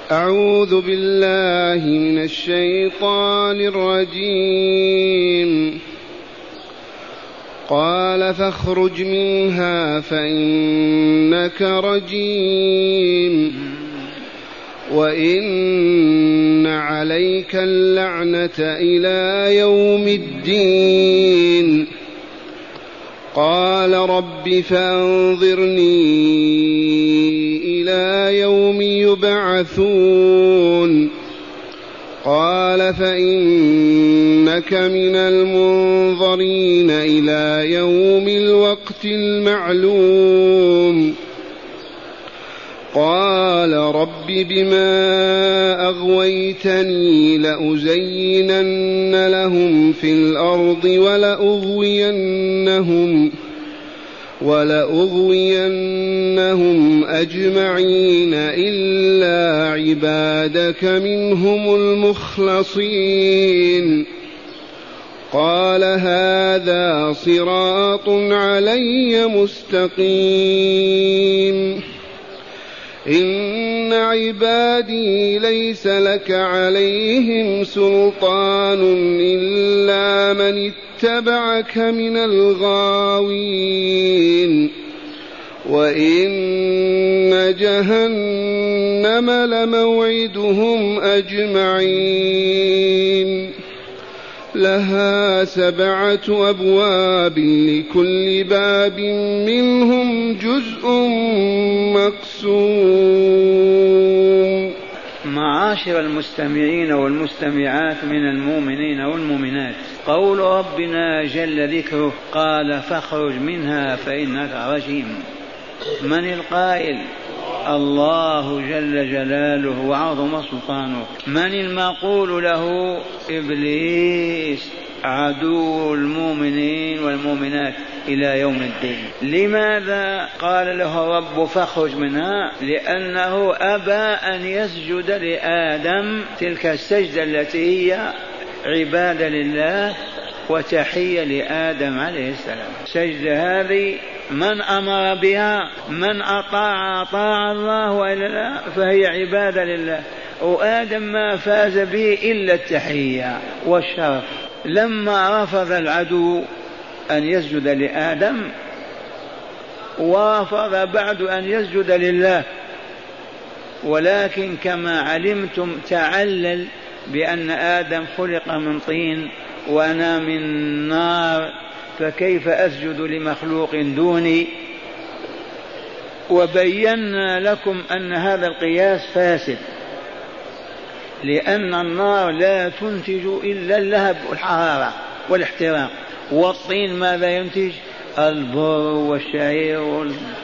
أعوذ بالله من الشيطان الرجيم. قال فاخرج منها فإنك رجيم وإن عليك اللعنة إلى يوم الدين. قال رب فأنظرني إلى يوم يبعثون. قال فإنك من المنظرين إلى يوم الوقت المعلوم. قال رب بما أغويتني لأزينن لهم في الأرض ولأغوينهم أجمعين إلا عبادك منهم المخلصين. قال هذا صراط علي مستقيم. إن عبادي ليس لك عليهم سلطان إلا من اتبعك من الغاوين. وإن جهنم لموعدهم أجمعين. لها 7 أبواب لكل باب منهم جزء مقسوم. معاشر المستمعين والمستمعات من المؤمنين والمؤمنات، قول ربنا جل ذكره قال فاخرج منها فإنك رجيم. من القائل؟ الله جل جلاله وعظم سلطانه. من المقول له؟ إبليس عدو المؤمنين والمؤمنات إلى يوم الدين. لماذا قال له رب فاخرج منها؟ لأنه أبى أن يسجد لآدم تلك السجدة التي هي عبادة لله وتحية لآدم عليه السلام. سجدة هذه من أمر بها؟ من أطاع الله وإلا لا فهي عبادة لله. وآدم ما فاز به إلا التحية والشرف. لما رفض العدو أن يسجد لآدم ورفض بعد أن يسجد لله، ولكن كما علمتم تعلل بأن آدم خلق من طين وأنا من نار، فكيف أسجد لمخلوق دوني؟ وبينا لكم أن هذا القياس فاسد، لأن النار لا تنتج إلا اللهب والحرارة والاحتراق، والطين ماذا ينتج؟ البر والشعير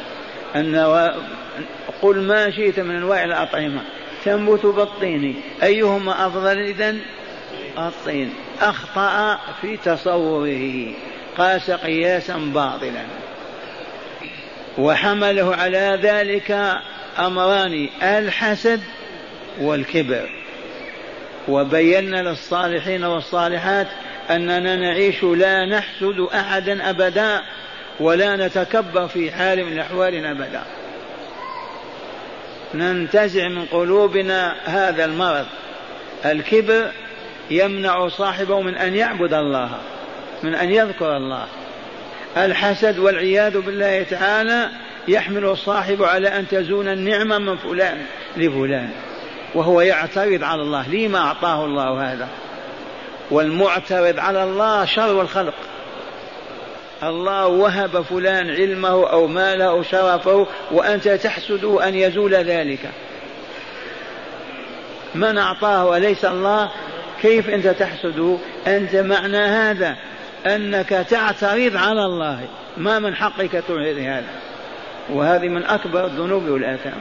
قل ما شئت من أنواع الأطعمة تنبت بالطين، أيهما أفضل؟ إذن الطين. أخطأ في تصوره، قاس قياسا باطلا، وحمله على ذلك أمران: الحسد والكبر. وبينا للصالحين والصالحات أننا نعيش لا نحسد أحدا أبدا ولا نتكبر في حال من الأحوال أبدا. ننتزع من قلوبنا هذا المرض. الكبر يمنع صاحبه من أن يعبد الله، من أن يذكر الله. الحسد والعياذ بالله تعالى يحمل صاحبه على أن تزول النعمة من فلان لفلان، وهو يعترض على الله لما أعطاه الله هذا. والمعترض على الله شر الخلق. الله وهب فلان علمه أو ماله أو شرفه وأنت تحسده أن يزول ذلك. من أعطاه أليس الله؟ كيف أنت تحسده؟ أنت معنى هذا أنك تعترض على الله، ما من حقك تعترض هذا، وهذه من أكبر الذنوب والآثام.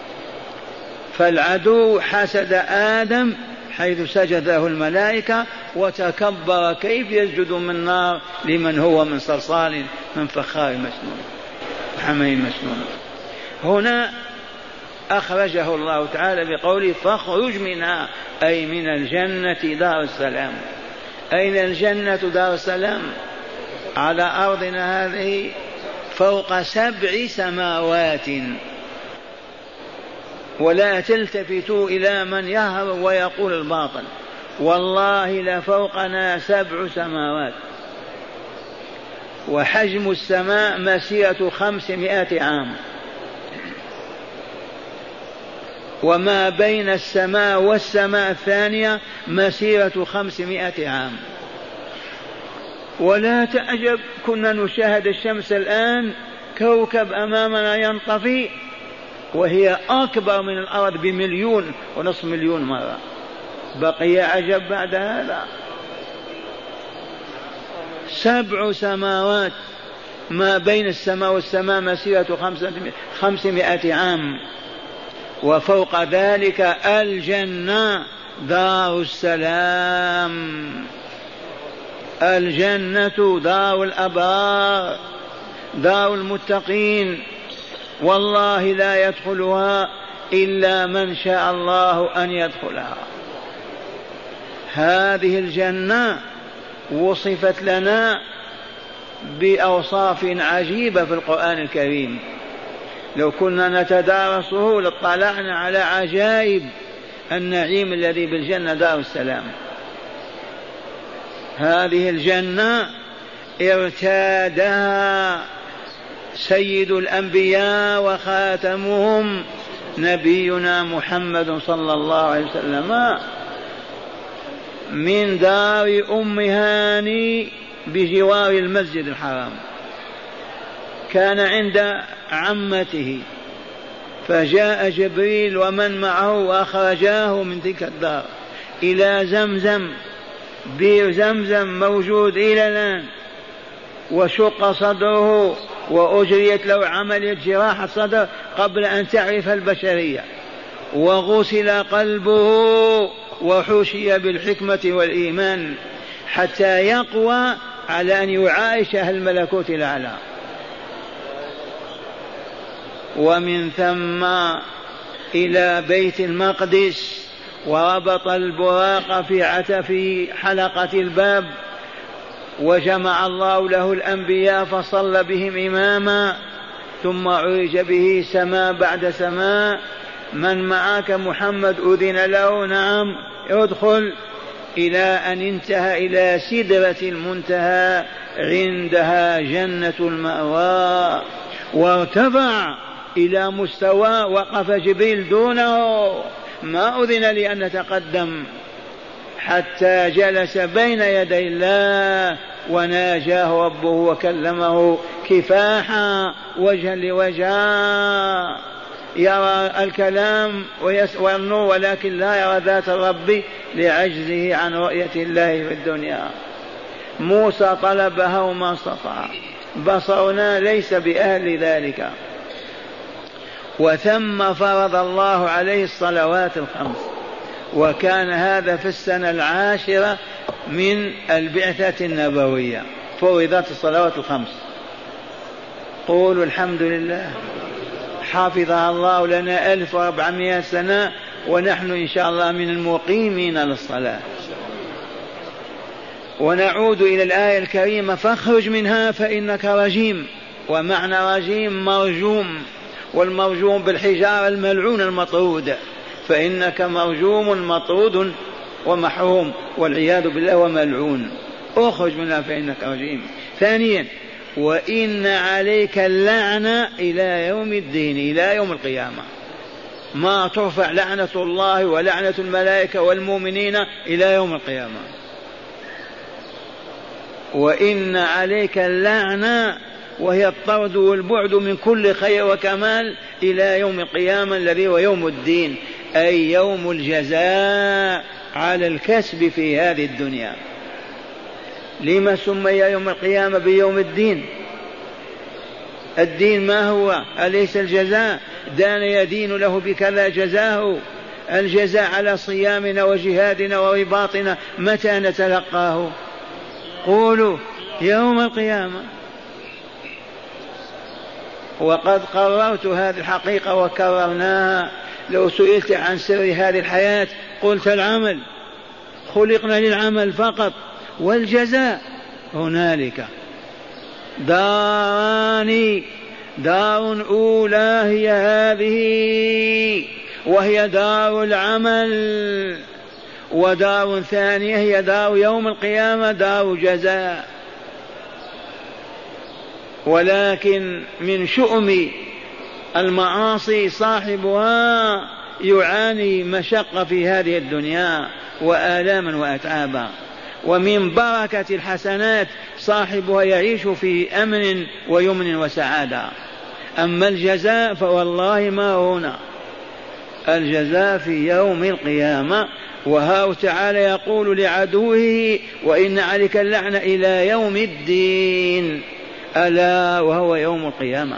فالعدو حسد آدم حيث سجده الملائكة وتكبر، كيف يسجد من نار لمن هو من صلصال من فخار مسنون حميم مسنون. هنا أخرجه الله تعالى بقوله فاخرج منها، أي من الجنة دار السلام. أين الجنة دار السلام؟ على أرضنا هذه فوق 7 سماوات، ولا تلتفتوا إلى من يهرب ويقول الباطل. والله لفوقنا 7 سماوات، وحجم السماء مسيرة 500 عام، وما بين السماء والسماء الثانية مسيرة 500 عام. ولا تعجب، كنا نشاهد الشمس الآن كوكب أمامنا ينطفي وهي أكبر من الأرض ب1.5 مليون مرة. بقي عجب بعد هذا؟ 7 سماوات، ما بين السماء والسماء مسيرة 500 عام. وفوق ذلك الجنة دار السلام، الجنة دار الأبرار، دار المتقين، والله لا يدخلها إلا من شاء الله أن يدخلها. هذه الجنة وصفت لنا بأوصاف عجيبة في القرآن الكريم، لو كنا نتدارسه لاطلعنا على عجائب النعيم الذي بالجنة دار السلام. هذه الجنة ارتادها سيد الأنبياء وخاتمهم نبينا محمد صلى الله عليه وسلم من دار أم هاني بجوار المسجد الحرام. كان عند عمته، فجاء جبريل ومن معه وأخرجاه من تلك الدار إلى زمزم. بئر زمزم موجود إلى الآن، وشق صدره وأجريت له عملية جراحة صدر قبل أن تعرف البشرية، وغسل قلبه وحشي بالحكمة والإيمان حتى يقوى على أن يعايش أهل الملكوت الأعلى. ومن ثم إلى بيت المقدس، وربط البراق في عتف حلقة الباب، وجمع الله له الأنبياء فصلى بهم إماما، ثم عرج به سماء بعد سماء. من معك محمد؟ أذن له نعم ادخل، إلى أن انتهى إلى سدرة المنتهى عندها جنة المأوى، وارتفع إلى مستوى وقف جبريل دونه، ما أذن لي أن نتقدم، حتى جلس بين يدي الله وناجاه ربه وكلمه كفاحا وجها لوجه. يرى الكلام والنور ولكن لا يرى ذات الرب لعجزه عن رؤية الله في الدنيا. موسى طلبها وما استطاع، بصرنا ليس بأهل ذلك. وثم فرض الله عليه الصلوات الخمس، وكان هذا في السنة 10 من البعثة النبوية، فرضت الصلوات الخمس. قولوا الحمد لله، حافظها الله لنا 1400 سنة، ونحن إن شاء الله من المقيمين للصلاة. ونعود إلى الآية الكريمة: فاخرج منها فإنك رجيم. ومعنى رجيم مرجوم، والمرجوم بالحجارة الملعون المطرود، فإنك مرجوم مطرود ومحروم والعياذ بالله وملعون. اخرج منها فإنك رجيم. ثانيا: وإن عليك اللعنة إلى يوم الدين، إلى يوم القيامة، ما ترفع لعنة الله ولعنة الملائكة والمؤمنين إلى يوم القيامة. وإن عليك اللعنة وهي الطرد والبعد من كل خير وكمال إلى يوم القيامة الذي هو يوم الدين، أي يوم الجزاء على الكسب في هذه الدنيا. لما سمي يوم القيامة بيوم الدين؟ الدين ما هو؟ أليس الجزاء؟ دان يدين له بكذا جزاه. الجزاء على صيامنا وجهادنا ورباطنا متى نتلقاه؟ قولوا يوم القيامة. وقد قررت هذه الحقيقة وكررناها. لو سئلت عن سر هذه الحياة قلت العمل، خلقنا للعمل فقط، والجزاء هنالك. داران: دار أولى هي هذه، وهي دار العمل، ودار ثانية هي دار يوم القيامة، دار جزاء. ولكن من شؤم المعاصي صاحبها يعاني مشقة في هذه الدنيا وآلاما وأتعابا، ومن بركة الحسنات صاحبها يعيش في أمن ويمن وسعادة. أما الجزاء فوالله ما هنا، الجزاء في يوم القيامة. وهو تعالى يقول لعدوه: وإن عليك اللعنة إلى يوم الدين، ألا وهو يوم القيامة.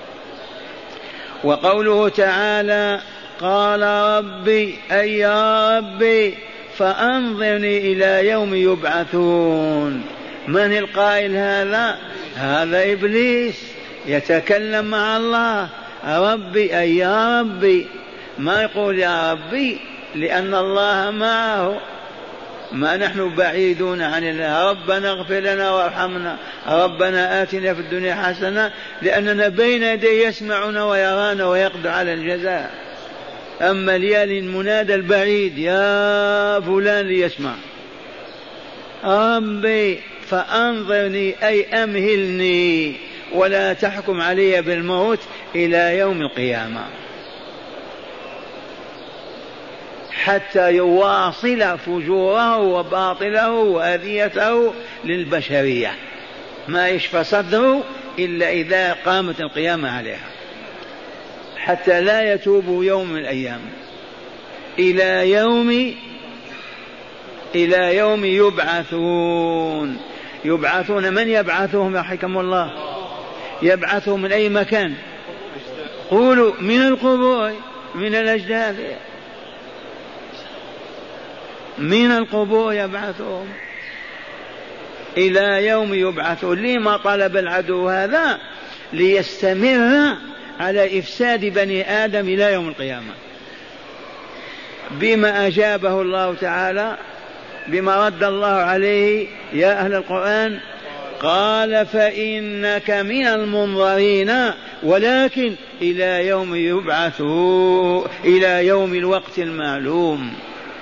وقوله تعالى: قال ربي أي يا ربي فأنظرني إلى يوم يبعثون. من القائل هذا؟ هذا إبليس يتكلم مع الله: ربي أي يا ربي. ما يقول يا ربي لأن الله معه، ما نحن بعيدون عن الله. ربنا اغفر لنا وارحمنا، ربنا آتنا في الدنيا حسنة، لأننا بين يديه يسمعنا ويرانا ويقدر على الجزاء. أما ليالي المنادى البعيد: يا فلان، ليسمع. ربي فأنظرني أي أمهلني ولا تحكم علي بالموت إلى يوم القيامة، حتى يواصل فجوره وباطله وأذيته للبشرية، ما يشفى صدره إلا إذا قامت القيامة عليها، حتى لا يتوب يوم من الأيام إلى يوم يبعثون. يبعثون، من يبعثهم يرحمكم الله؟ يبعثهم من أي مكان؟ قولوا: من القبور، من الأجداث، من القبور يبعثهم إلى يوم يبعثون. لما طلب العدو هذا؟ ليستمر على إفساد بني آدم إلى يوم القيامة. بما أجابه الله تعالى، بما رد الله عليه يا أهل القرآن: قال فإنك من المنظرين ولكن إلى يوم يبعثون، إلى يوم الوقت المعلوم.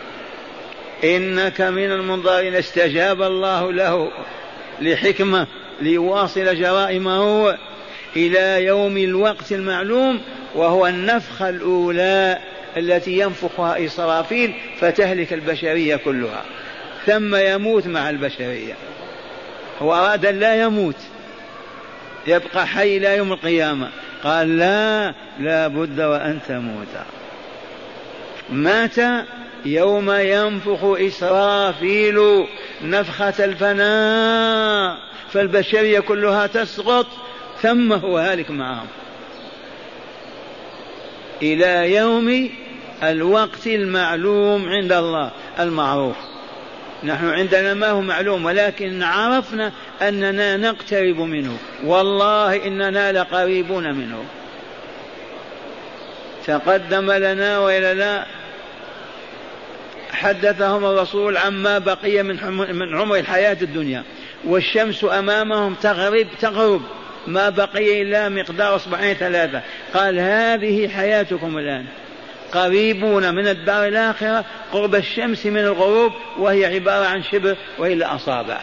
إنك من المنظرين، استجاب الله له لحكمة ليواصل جرائمه إلى يوم الوقت المعلوم، وهو النفخة الأولى التي ينفخها إسرافيل فتهلك البشرية كلها، ثم يموت مع البشرية. هو أراد أن لا يموت، يبقى حي إلى يوم القيامة. قال: لا بد وأن تموت. مات يوم ينفخ إسرافيل نفخة الفناء، فالبشرية كلها تسقط، ثم هو هالك معهم إلى يوم الوقت المعلوم عند الله المعروف. نحن عندنا ما هو معلوم، ولكن عرفنا أننا نقترب منه، والله إننا لقريبون منه. تقدم لنا وإلا لا؟ حدثهم الرسول عما بقي من عمر الحياة الدنيا، والشمس أمامهم تغرب، ما بقي إلا مقدار أصبعين 3. قال: هذه حياتكم الآن، قريبون من الدار الآخرة قرب الشمس من الغروب، وهي عبارة عن شبر وإلا أصابع.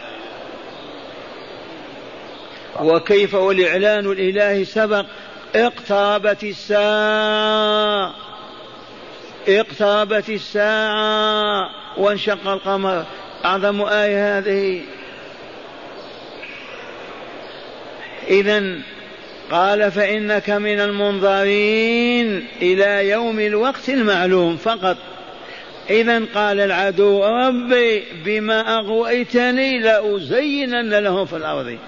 وكيف والإعلان الإلهي سبق: اقتربت الساعة، اقتربت الساعة وانشق القمر. أعظم آية هذه. إذن قال: فإنك من المنظرين إلى يوم الوقت المعلوم فقط. إذن قال العدو: ربي بما أغويتني لأزينن لهم في الأرض.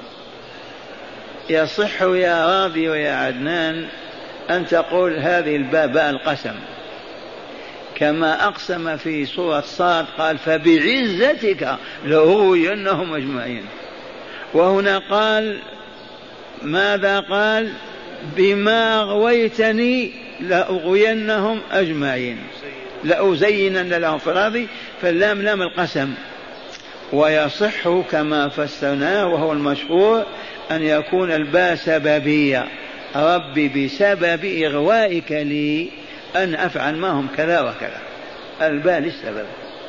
يصح يا راضي ويا عدنان أن تقول هذه الباء القسم، كما أقسم في سورة صاد قال: فبعزتك لأغوينهم أجمعين. وهنا قال ماذا؟ قال: بما أغويتني لأغوينهم أجمعين، لأزينن لهم في الأرض، فاللام لام القسم. ويصح كما فسرناه وهو المشهور أن يكون الباء سببية: ربي بسبب إغوائك لي أن أفعل معهم كذا وكذا، البال السبب.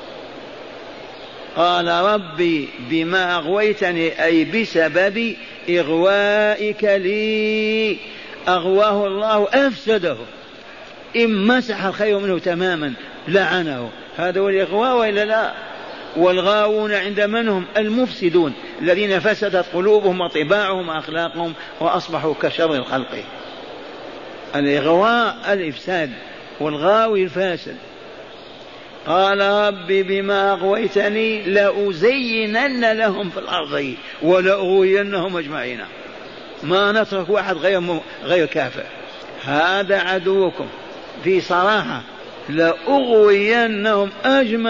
قال ربي بما أغويتني أي بسبب إغوائك لي، أغواه الله أفسده، إن مسح الخير منه تماما لعنه، هذا هو الإغواء وإلا لا؟ والغاوون عند من هم؟ المفسدون الذين فسدت قلوبهم وطباعهم وأخلاقهم وأصبحوا كشر الخلق. الإغواء الإفساد والغاوي الفاسد. قال ربي بما أغويتني لأزينن لهم في الأرض ولأغوينهم أجمعين، ما نترك واحد غير كافر، هذا عدوكم في صراحة، لأغوينهم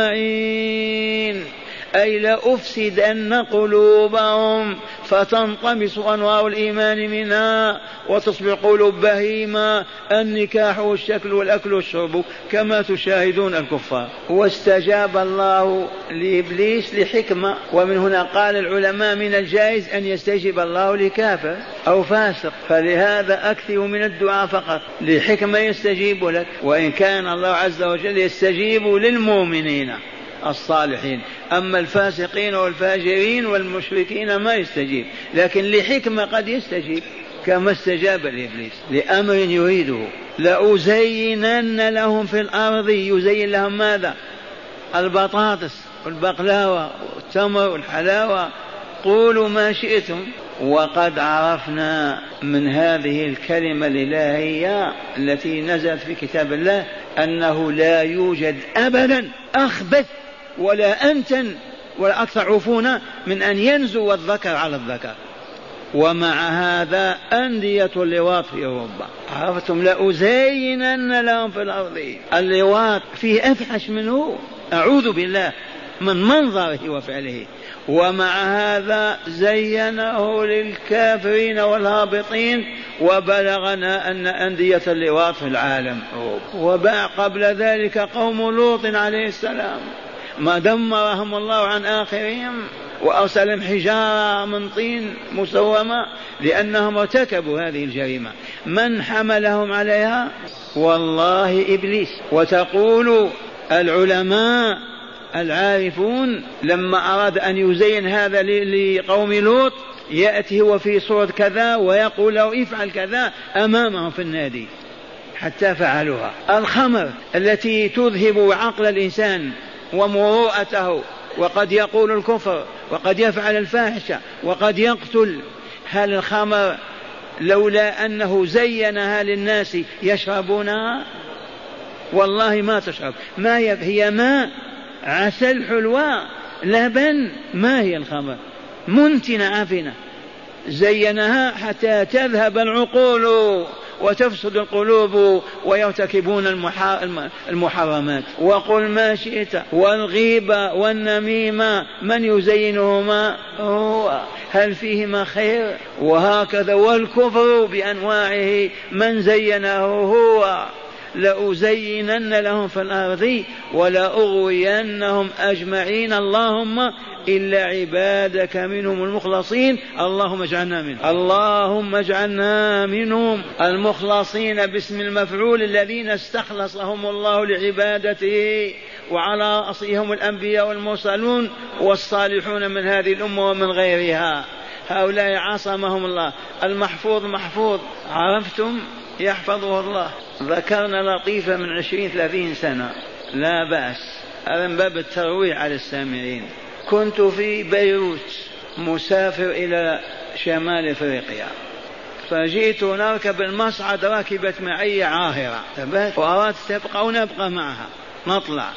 أجمعين أي لأفسدن قلوبهم فتنطمس أنوار الإيمان منها وتصبح قلوب بهيمة، النكاح والشكل والأكل والشرب كما تشاهدون الكفار. واستجاب الله لإبليس لحكمة، ومن هنا قال العلماء من الجائز أن يستجيب الله لكافر أو فاسق، فلهذا أكثر من الدعاء فقط لحكمة يستجيب لك، وإن كان الله عز وجل يستجيب للمؤمنين الصالحين، أما الفاسقين والفاجرين والمشركين ما يستجيب، لكن لحكمة قد يستجيب كما استجاب لإبليس لأمر يريده. لأزينن لهم في الأرض، يزين لهم ماذا؟ البطاطس والبقلاوة والتمر والحلاوة، قولوا ما شئتم. وقد عرفنا من هذه الكلمة الإلهية التي نزلت في كتاب الله أنه لا يوجد أبدا أخبث ولا أنتن ولا أكثر عفونا من أن ينزو الذكر على الذكر، ومع هذا أندية اللواط في أوروبا. عرفتم؟ لأزينن لهم في الأرض، اللواط فيه أفحش منه، أعوذ بالله، من منظره وفعله، ومع هذا زينه للكافرين والهابطين، وبلغنا أن أندية اللواط في العالم. وباع قبل ذلك قوم لوط عليه السلام، ما دمرهم الله عن آخرهم وأرسلهم حجارة من طين مسومة لأنهم ارتكبوا هذه الجريمة. من حملهم عليها؟ والله إبليس. وتقول العلماء العارفون لما أراد أن يزين هذا لقوم لوط يأتي هو في صورة كذا ويقول له افعل كذا أمامهم في النادي، حتى فعلوها. الخمر التي تذهب عقل الإنسان ومروءته، وقد يقول الكفر وقد يفعل الفاحشة وقد يقتل، هل الخمر لولا أنه زينها للناس يشربونها؟ والله ما تشرب، ما هي ماء، عسل، حلوى، لبن، ما هي الخمر؟ منتنة عفنة، زينها حتى تذهب العقول وتفسد القلوب ويرتكبون المحرمات. وقل ما شئت. والغيبة والنميمة من يزينهما؟ هو، هل فيهما خير؟ وهكذا والكفر بأنواعه من زينه؟ هو. لأزينن لهم في الأرض ولأغوينهم أجمعين، اللهم إلا عبادك منهم المخلصين، اللهم اجعلنا منهم، اللهم اجعلنا منهم المخلصين باسم المفعول الذين استخلصهم الله لعبادته، وعلى أصلهم الأنبياء والمرسلون والصالحون من هذه الأمة ومن غيرها، هؤلاء عصمهم الله. المحفوظ محفوظ، عرفتم؟ يحفظه الله. ذكرنا لطيفة من 20-30 سنة، لا بأس، هذا من باب الترويع على السامعين. كنت في بيروت مسافر إلى شمال أفريقيا، فجئت نركب المصعد، ركبت معي عاهرة وأردت تبقى ونبقى معها نطلع،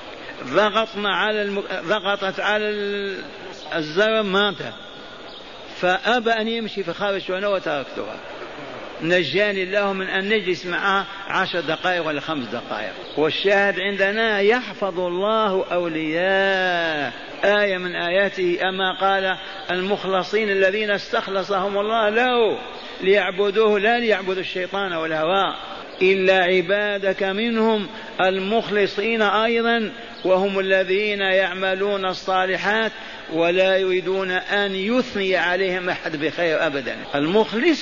ضغطت على الزر ماتت، فأبى أن يمشي فخرجت أنا وتركتها. نجاني الله من أن نجلس معها 10 دقائق ولا 5 دقائق. والشاهد عندنا يحفظ الله أولياء، آية من آياته، أما قال المخلصين الذين استخلصهم الله له ليعبدوه لا ليعبدوا الشيطان والهوى، إلا عبادك منهم المخلصين أيضا، وهم الذين يعملون الصالحات ولا يريدون أن يثني عليهم أحد بخير أبدا. المخلص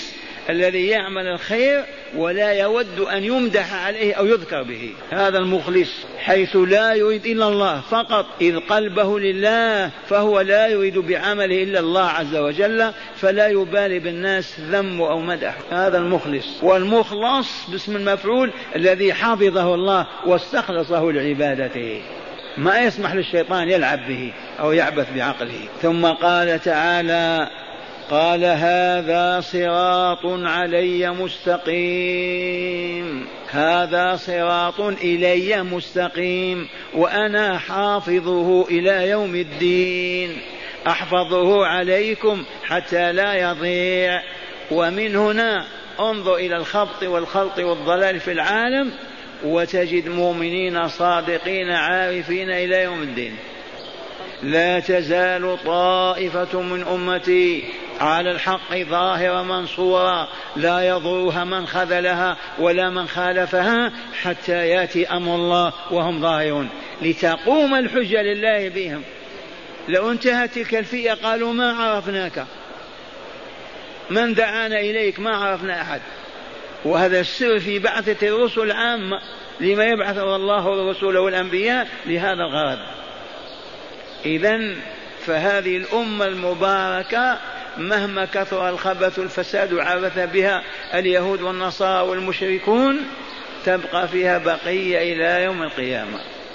الذي يعمل الخير ولا يود أن يمدح عليه أو يذكر به، هذا المخلص، حيث لا يريد إلا الله فقط، إذ قلبه لله، فهو لا يريد بعمله إلا الله عز وجل، فلا يبالي بالناس ذم أو مدح، هذا المخلص. والمخلص باسم المفعول الذي حفظه الله واستخلصه لعبادته، ما يسمح للشيطان يلعب به أو يعبث بعقله. ثم قال تعالى: قال هذا صراط علي مستقيم، هذا صراط إلي مستقيم، وأنا حافظه إلى يوم الدين، أحفظه عليكم حتى لا يضيع. ومن هنا انظر إلى الخبط والخلط والضلال في العالم وتجد مؤمنين صادقين عارفين إلى يوم الدين. لا تزال طائفة من أمتي على الحق ظاهرة منصورة، لا يضرها من خذلها ولا من خالفها حتى يأتي أمر الله وهم ظاهرون، لتقوم الحجة لله بهم. لو انتهت تلك الفئة قالوا ما عرفناك، من دعانا إليك، ما عرفنا أحد. وهذا السر في بعثة الرسل عامة، لما يبعث الله الرسول والأنبياء لهذا الغرض. إذن فهذه الأمة المباركة مهما كثر الخبث والفساد وعبث بها اليهود والنصارى والمشركون تبقى فيها بقية إلى يوم القيامة.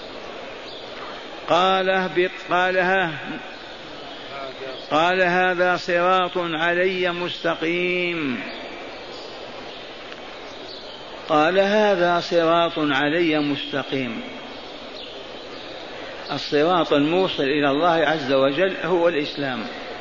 قال هذا صراط علي مستقيم، قال هذا صراط علي مستقيم. الصراط الموصل إلى الله عز وجل هو الإسلام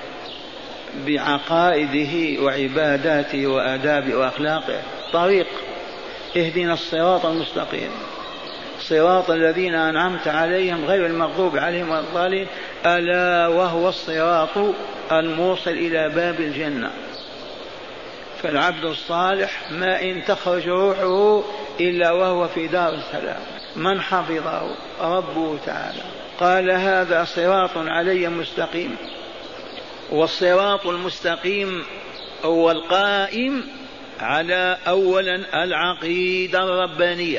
بعقائده وعباداته وآدابه وأخلاقه، طريق. اهدنا الصراط المستقيم، صراط الذين أنعمت عليهم غير المغضوب عليهم ولا الضالين، ألا وهو الصراط الموصل إلى باب الجنة. فالعبد الصالح ما إن تخرج روحه إلا وهو في دار السلام، من حفظه ربه تعالى. قال هذا صراط علي مستقيم. والصراط المستقيم هو القائم على أولا العقيدة الربانية،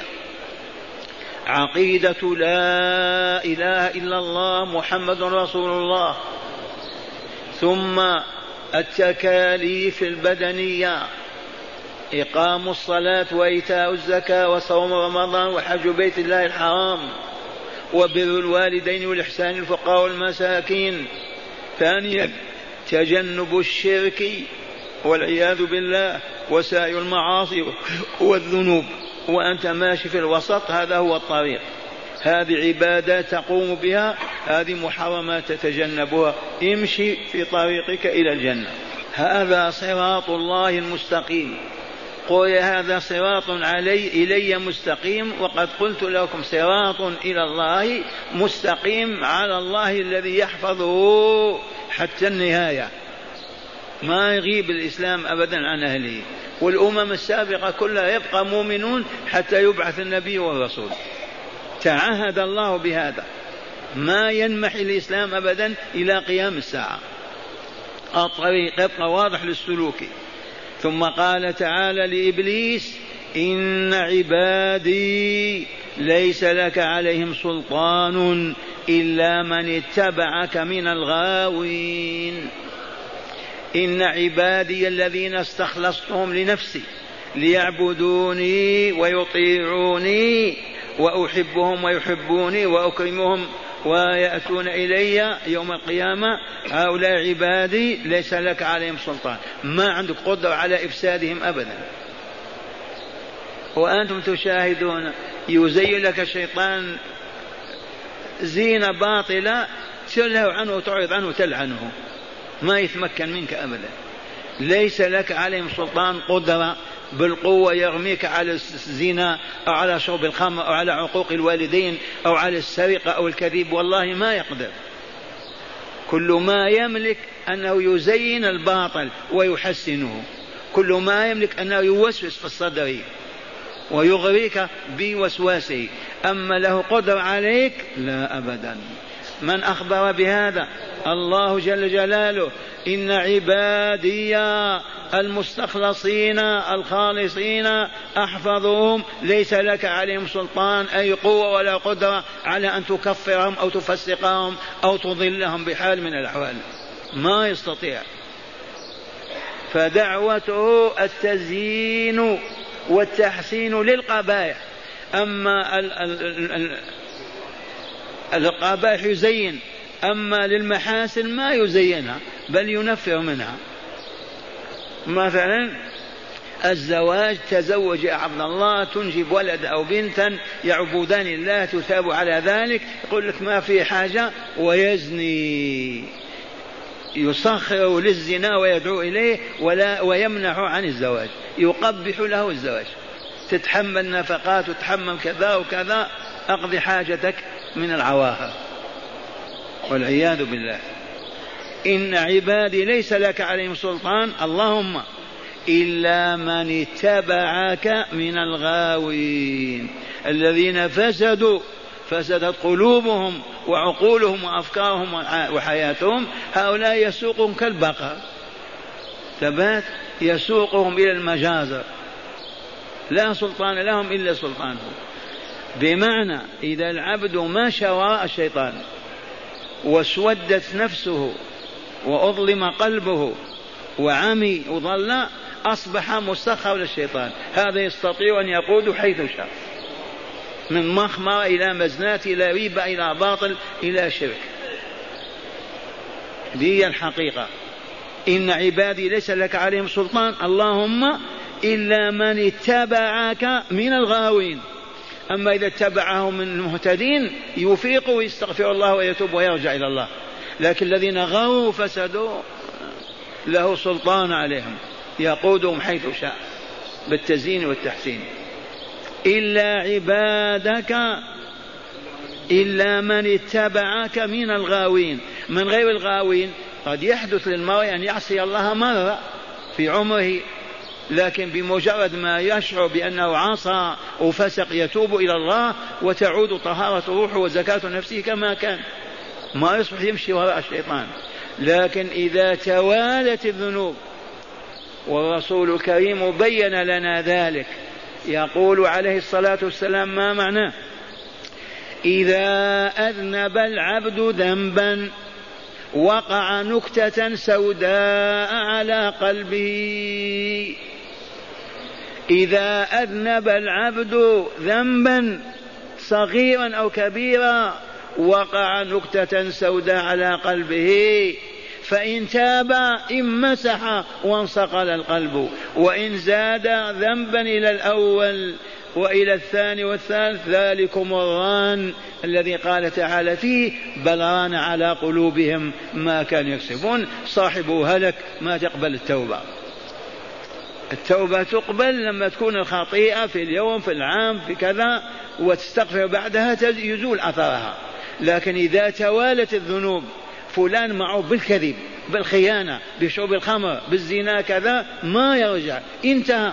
عقيدة لا إله إلا الله محمد رسول الله، ثم التكاليف البدنية، إقام الصلاة وإيتاء الزكاة وصوم رمضان وحج بيت الله الحرام وبر الوالدين والإحسان للفقراء والمساكين. ثانيا تجنب الشرك والعياذ بالله وسائر المعاصي والذنوب، وأنت ماشي في الوسط، هذا هو الطريق. هذه عبادات تقوم بها، هذه محرمات تتجنبها، امشي في طريقك إلى الجنة. هذا صراط الله المستقيم. قل هذا صراط إلي مستقيم، وقد قلت لكم صراط إلى الله مستقيم على الله الذي يحفظه حتى النهاية، ما يغيب الإسلام أبدا عن أهله. والأمم السابقة كلها يبقى مؤمنون حتى يبعث النبي والرسول، تعهد الله بهذا، ما ينمحي الإسلام أبدا إلى قيام الساعة، الطريق يبقى واضح للسلوك. ثم قال تعالى لإبليس: إن عبادي ليس لك عليهم سلطان إلا من اتبعك من الغاوين. إن عبادي الذين استخلصتهم لنفسي ليعبدوني ويطيعوني وأحبهم ويحبوني وأكرمهم ويأتون إلي يوم القيامة، هؤلاء عبادي ليس لك عليهم سلطان، ما عندك قدرة على إفسادهم أبدا. وأنتم تشاهدون يزين لك الشيطان زينة باطلة تلهو عنه وتعرض عنه وتلعنه، ما يتمكن منك أبدا. ليس لك عليهم سلطان، قدرة بالقوة يرميك على الزنا أو على شرب الخمر أو على عقوق الوالدين أو على السرقة أو الكذب، والله ما يقدر. كل ما يملك أنه يزين الباطل ويحسنه، كل ما يملك أنه يوسوس في الصدر ويغريك بوسواسه، أما له قدر عليك لا أبدا. من أخبر بهذا؟ الله جل جلاله. إن عبادي المستخلصين الخالصين أحفظهم ليس لك عليهم سلطان أي قوة ولا قدرة على أن تكفرهم أو تفسقهم أو تضلهم بحال من الأحوال، ما يستطيع. فدعوته التزيين والتحسين للقبائح. أما القبائح يزين، أما للمحاسن ما يزينها بل ينفر منها. مثلا الزواج، تزوج عبد الله تنجب ولد أو بنتا يعبدان الله تثاب على ذلك، يقول لك ما في حاجة ويزني، يسخر للزنا ويدعو إليه ويمنع عن الزواج، يقبح له الزواج، تتحمل نفقات وتتحمل كذا وكذا، أقضي حاجتك من العواهر والعياذ بالله. إن عبادي ليس لك عليهم سلطان اللهم إلا من اتبعك من الغاوين الذين فسدت قلوبهم وعقولهم وأفكارهم وحياتهم، هؤلاء يسوقهم كالبقر ثبات، يسوقهم إلى المجازر، لا سلطان لهم إلا سلطانه. بمعنى إذا العبد ماشى وراء الشيطان واسودت نفسه وأظلم قلبه وعمي وضل، أصبح مسخر للشيطان. هذا يستطيع أن يقود حيث شاء، من مخمرة إلى مزنات إلى ريبة إلى باطل إلى شرك. دي الحقيقة. إن عبادي ليس لك عليهم سلطان اللهم إلا من اتبعك من الغاوين. أما إذا اتبعهم من المهتدين يفيق ويستغفر الله ويتوب ويرجع إلى الله، لكن الذين غاووا فسدوا له سلطان عليهم يقودهم حيث شاء بالتزيين والتحسين. إلا عبادك، إلا من اتبعك من الغاوين. من غير الغاوين قد يحدث للمرء أن يعصي الله مرة في عمره، لكن بمجرد ما يشعر بأنه عصى وفسق يتوب إلى الله وتعود طهارة روحه وزكاة نفسه كما كان، ما يصبح يمشي وراء الشيطان. لكن إذا توالت الذنوب، والرسول الكريم بين لنا ذلك، يقول عليه الصلاة والسلام ما معناه؟ إذا أذنب العبد ذنبا وقع نكتة سوداء على قلبه. إذا أذنب العبد ذنبا صغيرا أو كبيرا وقع نكتة سوداء على قلبه، فإن تاب انمسح وانصقل القلب، وإن زاد ذنبا إلى الأول وإلى الثاني والثالث ذلكم الران الذي قال تعالى فيه بل ران على قلوبهم ما كانوا يكسبون. صاحبه هلك، ما تقبل التوبة. التوبة تقبل لما تكون الخطيئة في اليوم في العام في كذا وتستغفر بعدها يزول أثرها. لكن إذا توالت الذنوب، فلان معه بالكذب بالخيانة بشرب الخمر بالزنا كذا، ما يرجع، انتهى،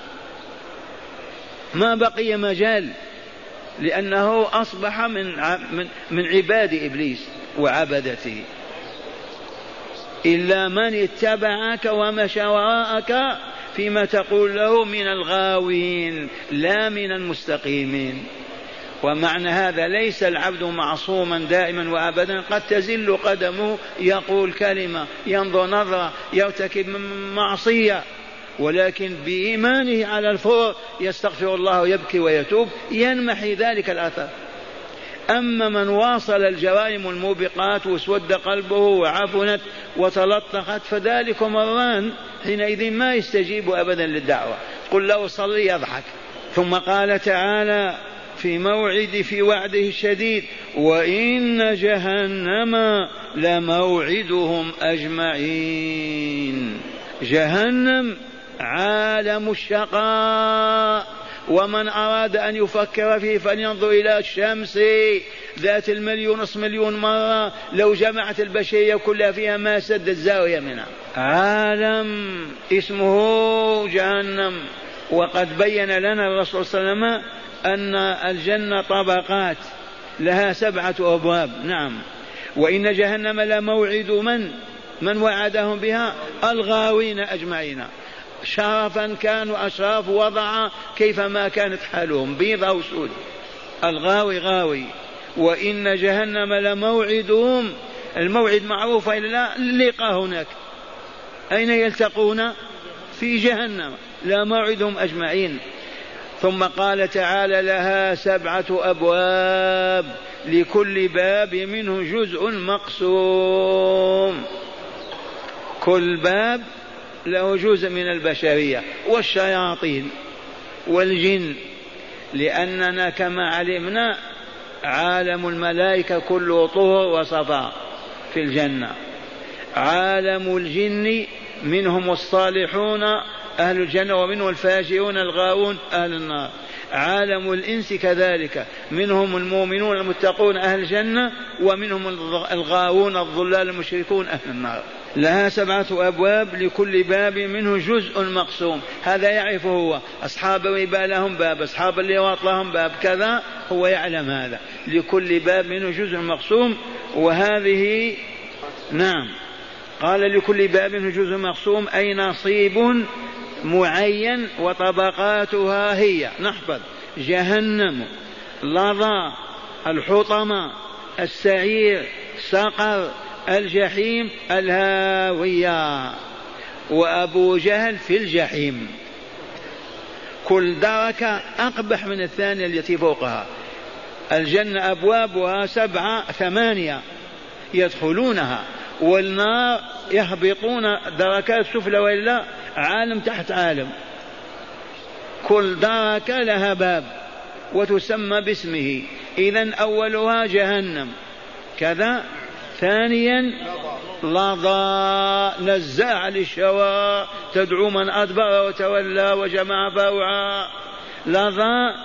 ما بقي مجال، لأنه أصبح من عباد إبليس وعبدته. إلا من اتبعك ومشى وراءك فيما تقول له من الغاوين لا من المستقيمين. ومعنى هذا ليس العبد معصوما دائما وأبدا، قد تزل قدمه، يقول كلمة، ينظر نظرة، يرتكب معصية، ولكن بإيمانه على الفور يستغفر الله ويبكي ويتوب، ينمحي ذلك الأثر. أما من واصل الجرائم الموبقات واسود قلبه وعفنت وتلطخت فذلك مران، حينئذ ما يستجيب أبدا للدعوة. قل له صلي يضحك. ثم قال تعالى في وعده الشديد وإن جهنم لموعدهم أجمعين. جهنم عالم الشقاء، ومن أراد أن يفكر فيه فلينظر إلى الشمس ذات 1,000,000,000 مرة، لو جمعت البشرية كلها فيها ما سدت زاوية منها. عالم اسمه جهنم. وقد بين لنا الرسول صلى الله عليه وسلم أن الجنة طبقات لها 7 أبواب. نعم، وإن جهنم لموعد من وعدهم بها الغاوين أجمعين، شرفا كانوا أشراف وضع كيفما كانت حالهم بيض أو سود، الغاوي غاوي. وإن جهنم لموعدهم، الموعد معروف إلا اللقاء هناك، أين يلتقون؟ في جهنم، لا موعدهم أجمعين. ثم قال تعالى لها 7 أبواب لكل باب منه جزء مقسوم، كل باب له جزء من البشرية والشياطين والجن، لأننا كما علمنا عالم الملائكة كله طهر وصفاء في الجنة، عالم الجن منهم الصالحون أهل الجنة ومنهم الفاجرون الغاوون أهل النار، عالم الإنس كذلك منهم المؤمنون المتقون أهل الجنة ومنهم الغاوون الضلال المشركون أهل النار. لها 7 أبواب لكل باب منه جزء مقسوم، هذا يعرفه هو، أصحاب الربا لهم باب، أصحاب اللواط لهم باب، كذا هو يعلم هذا، لكل باب منه جزء مقسوم. وهذه نعم قال لكل باب منه جزء مقسوم أي نصيب معين، وطبقاتها هي نحفظ: جهنم، لظى، الحطمة، السعير، سقر، الجحيم، الهاوية. وأبو جهل في الجحيم، كل دركة أقبح من الثانية التي فوقها. الجنة أبوابها 7 8 يدخلونها، والنار يهبطون دركات سفلى وإلا عالم تحت عالم، كل دركة لها باب وتسمى باسمه. إذن أولها جهنم كذا، ثانيا لظى نزاع للشوى تدعو من أدبر وتولى وجمع فأوعى، لظى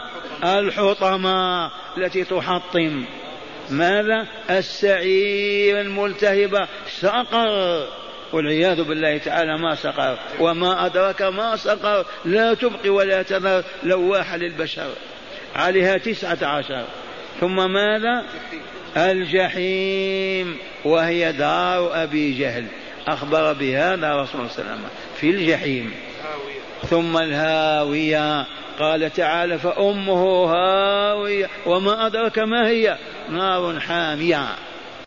الحطمة التي تحطم، ماذا؟ السعير الملتهبة، سقر والعياذ بالله تعالى، ما سقر وما أدرك ما سقر، لا تبقي ولا تذر، لواحة للبشر، عليها 19. ثم ماذا؟ الجحيم وهي دار أبي جهل، أخبر بهذا رسول الله صلى الله عليه وسلم في الجحيم. ثم الهاوية، قال تعالى فأمه هاوية وما أدرك ما هي، نار حامية.